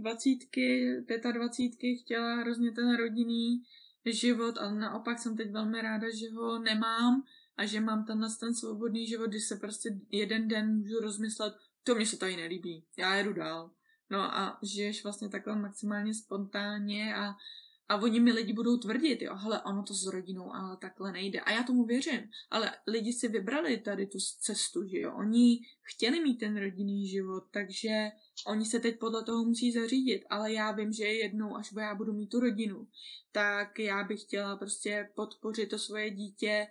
25 chtěla hrozně ten rodinný život, ale naopak jsem teď velmi ráda, že ho nemám a že mám ten svobodný život, kdy se prostě jeden den můžu rozmyslet, to mě se tady nelíbí, já jedu dál. No a žiješ vlastně takhle maximálně spontánně a oni mi lidi budou tvrdit, jo, hele, ono to s rodinou, ale takhle nejde. A já tomu věřím. Ale lidi si vybrali tady tu cestu, že jo. Oni chtěli mít ten rodinný život, takže oni se teď podle toho musí zařídit. Ale já vím, že jednou, až já budu mít tu rodinu, tak já bych chtěla prostě podpořit to svoje dítě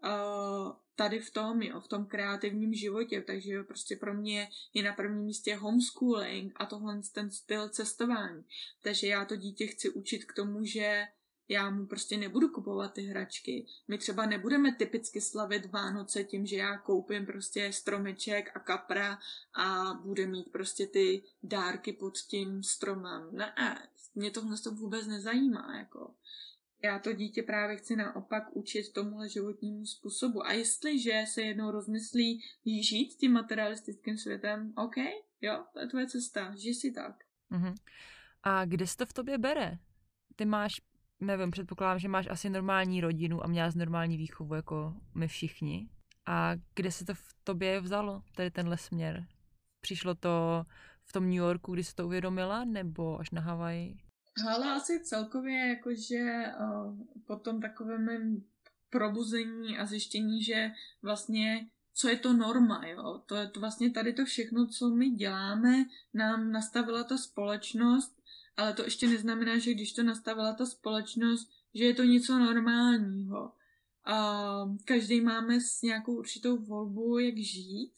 tady v tom, jo, v tom kreativním životě, takže jo, prostě pro mě je na prvním místě homeschooling a tohle ten styl cestování. Takže já to dítě chci učit k tomu, že já mu prostě nebudu kupovat ty hračky. My třeba nebudeme typicky slavit Vánoce tím, že já koupím prostě stromeček a kapra a bude mít prostě ty dárky pod tím stromem. Ne, mě tohle to vůbec nezajímá, jako. Já to dítě právě chci naopak učit tomuhle životnímu způsobu. A jestliže se jednou rozmyslí žít tím materialistickým světem, OK, jo, to je tvoje cesta, žij si tak. Mhm. A kde se to v tobě bere? Ty máš, nevím, předpokládám, že máš asi normální rodinu a měla jsi normální výchovu, jako my všichni. A kde se to v tobě vzalo, tady tenhle směr? Přišlo to v tom New Yorku, kdy jsi to uvědomila, nebo až na Havaji? Ale asi celkově jakože po tom takovém mém probuzení a zjištění, že vlastně co je to norma, jo? To je to vlastně tady to všechno, co my děláme, nám nastavila ta společnost, ale to ještě neznamená, že když to nastavila ta společnost, že je to něco normálního. Každý máme s nějakou určitou volbu, jak žít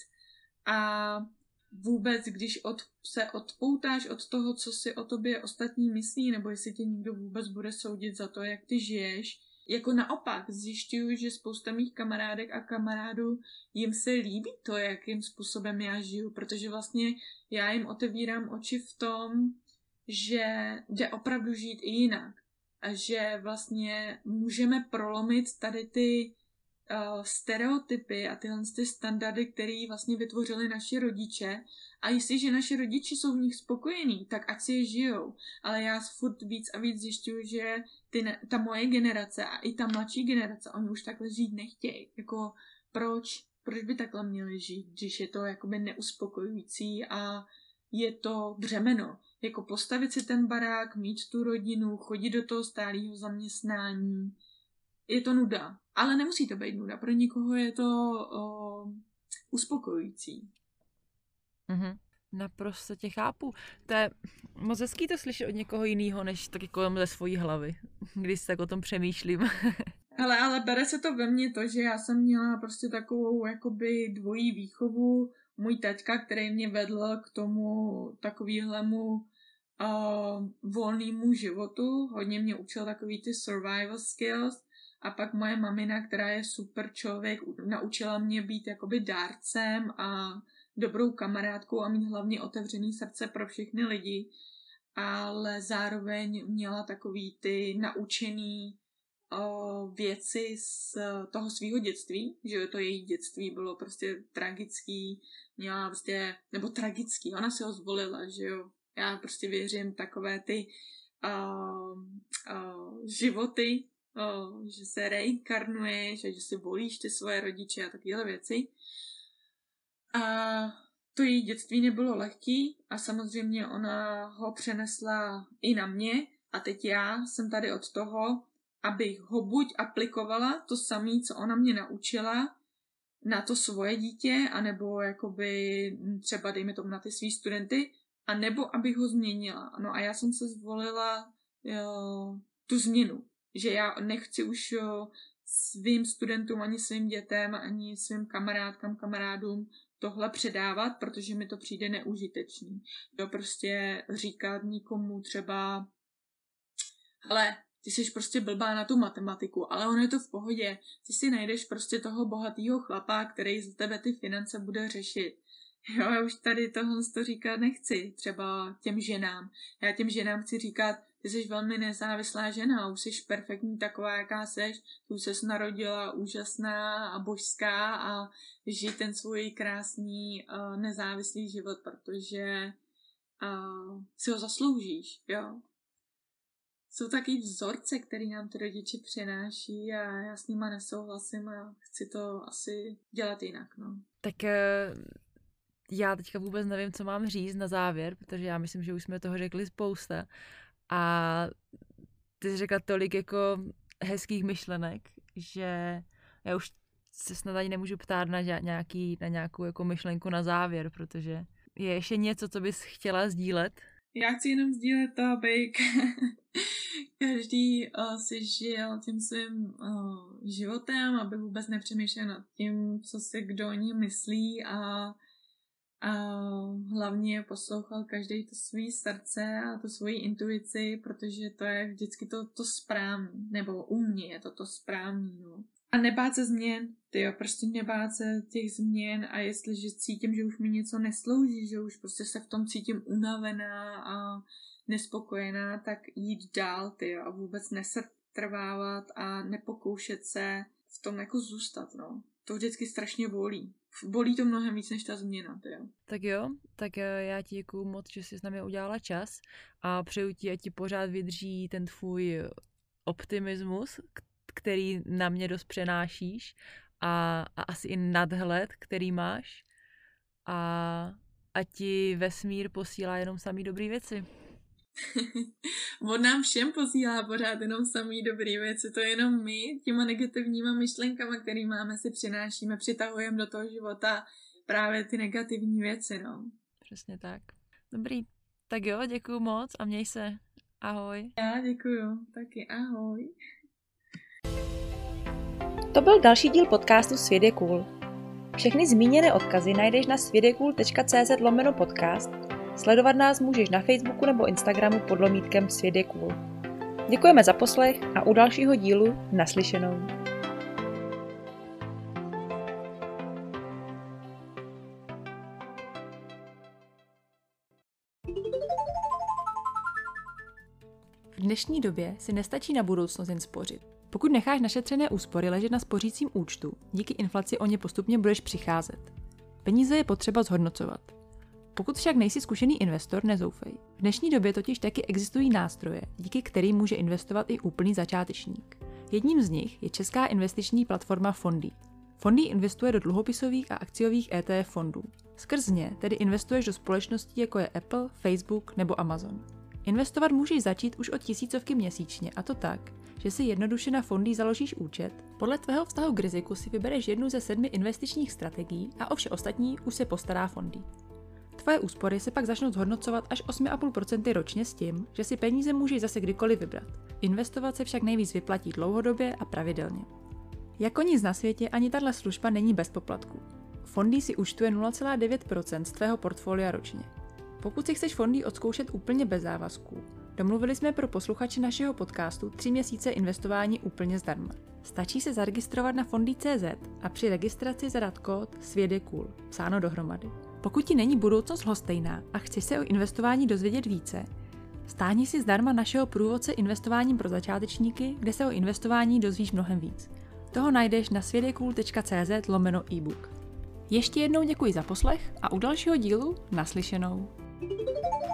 a vůbec, když se odpoutáš od toho, co si o tobě ostatní myslí, nebo jestli tě někdo vůbec bude soudit za to, jak ty žiješ, jako naopak zjišťuju, že spousta mých kamarádek a kamarádů jim se líbí to, jakým způsobem já žiju, protože vlastně já jim otevírám oči v tom, že jde opravdu žít i jinak a že vlastně můžeme prolomit tady ty stereotypy a tyhle ty standardy, které vlastně vytvořili naši rodiče. A jestliže naši rodiče jsou v nich spokojení, tak ať si je žijou. Ale já furt víc a víc zjišťuju, že ta moje generace a i ta mladší generace, oni už takhle žít nechtějí. Jako proč by takhle měli žít, když je to jakoby neuspokojující a je to břemeno. Jako postavit si ten barák, mít tu rodinu, chodit do toho stálého zaměstnání. Je to nuda, ale nemusí to být nuda. Pro někoho je to uspokojující. Mhm. Naprosto tě chápu. To je moc hezký to slyšet od někoho jiného, než taky kolem ze svojí hlavy, když tak o tom přemýšlím. Ale bere se to ve mně to, že já jsem měla prostě takovou jakoby dvojí výchovu. Můj taťka, který mě vedl k tomu takovýhlemu volnému životu, hodně mě učil takový ty survival skills. A pak moje mamina, která je super člověk, naučila mě být jakoby dárcem a dobrou kamarádkou a mít hlavně otevřený srdce pro všechny lidi. Ale zároveň měla takový ty naučený věci z toho svého dětství, že to její dětství bylo prostě tragický, měla prostě, nebo tragický, ona si ho zvolila, že jo. Já prostě věřím takové ty životy, že se reinkarnuješ a že si volíš ty svoje rodiče a takovéhle věci. A to její dětství nebylo lehký a samozřejmě ona ho přenesla i na mě a teď já jsem tady od toho, abych ho buď aplikovala to samé, co ona mě naučila na to svoje dítě, anebo jakoby třeba dejme tomu na ty svý studenty, a nebo abych ho změnila. No a já jsem se zvolila tu změnu, že já nechci už svým studentům, ani svým dětem, ani svým kamarádům tohle předávat, protože mi to přijde neužitečný. To prostě říkat nikomu třeba, hele, ty jsi prostě blbá na tu matematiku, ale ono je to v pohodě. Ty si najdeš prostě toho bohatýho chlapa, který za tebe ty finance bude řešit. Jo, já už tady tohle to říkat nechci, třeba těm ženám. Já těm ženám chci říkat, ty jsi velmi nezávislá žena, už jsi perfektní taková, jaká seš, ty už ses narodila úžasná a božská a žij ten svůj krásný nezávislý život, protože si ho zasloužíš, jo. Jsou taky vzorce, který nám ty rodiče přináší a já s nima nesouhlasím a chci to asi dělat jinak, no. Tak já teďka vůbec nevím, co mám říct na závěr, protože já myslím, že už jsme toho řekli spousta. A ty jsi řekla tolik jako hezkých myšlenek, že já už se snad ani nemůžu ptát na nějakou jako myšlenku na závěr, protože je ještě něco, co bys chtěla sdílet? Já chci jenom sdílet to, aby každý si žil tím svým životem, aby vůbec nepřemýšlel nad tím, co si kdo o něm myslí a hlavně poslouchal každý to svý srdce a to svoji intuici, protože to je vždycky to správný, nebo u mě je to správný, no. A nebát se změn, prostě nebát se těch změn a jestliže cítím, že už mi něco neslouží, že už prostě se v tom cítím unavená a nespokojená, tak jít dál, a vůbec nesetrvávat a nepokoušet se v tom jako zůstat, no. To vždycky strašně bolí. Bolí to mnohem víc než ta změna, Tak já ti děkuju moc, že jsi s námi udělala čas a přeju ti, ať ti pořád vydrží ten tvůj optimismus, který na mě dost přenášíš a asi i nadhled, který máš a ti vesmír posílá jenom samý dobrý věci. On nám všem posílá pořád jenom samý dobrý věci, to je jenom my těma negativníma myšlenkama, který máme, si přinášíme, přitahujeme do toho života právě ty negativní věci, no. Přesně tak. Dobrý, tak jo, děkuju moc a měj se. Ahoj. Já děkuju, taky ahoj. To byl další díl podcastu Svět je cool. Všechny zmíněné odkazy najdeš na světjecool.cz/podcast. Sledovat nás můžeš na Facebooku nebo Instagramu pod lomítkem Svět je cool. Děkujeme za poslech a u dalšího dílu naslyšenou. V dnešní době si nestačí na budoucnost jen spořit. Pokud necháš našetřené úspory ležet na spořícím účtu, díky inflaci o ně postupně budeš přicházet. Peníze je potřeba zhodnocovat. Pokud však nejsi zkušený investor, nezoufej. V dnešní době totiž taky existují nástroje, díky kterým může investovat i úplný začátečník. Jedním z nich je česká investiční platforma Fondy. Fondy investuje do dluhopisových a akciových ETF fondů. Skrz ně tedy investuješ do společností jako je Apple, Facebook nebo Amazon. Investovat můžeš začít už od 1000 měsíčně, a to tak, že si jednoduše na Fondy založíš účet, podle tvého vztahu k riziku si vybereš jednu ze 7 investičních strategií a o vše ostatní už se postará Fondy. Tvoje úspory se pak začnou zhodnocovat až 8,5% ročně s tím, že si peníze můžeš zase kdykoliv vybrat. Investovat se však nejvíc vyplatí dlouhodobě a pravidelně. Jako nic na světě ani tahle služba není bez poplatku. Fondy si účtuje 0,9% z tvého portfolia ročně. Pokud si chceš Fondy odzkoušet úplně bez závazků, domluvili jsme pro posluchače našeho podcastu 3 měsíce investování úplně zdarma. Stačí se zaregistrovat na Fondy.cz a při registraci zadat kód Svět je cool, psáno dohromady. Pokud ti není budoucnost lhostejná a chceš se o investování dozvědět více, stáhni si zdarma našeho průvodce investováním pro začátečníky, kde se o investování dozvíš mnohem víc. Toho najdeš na světjecool.cz/ebook. Ještě jednou děkuji za poslech a u dalšího dílu naslyšenou.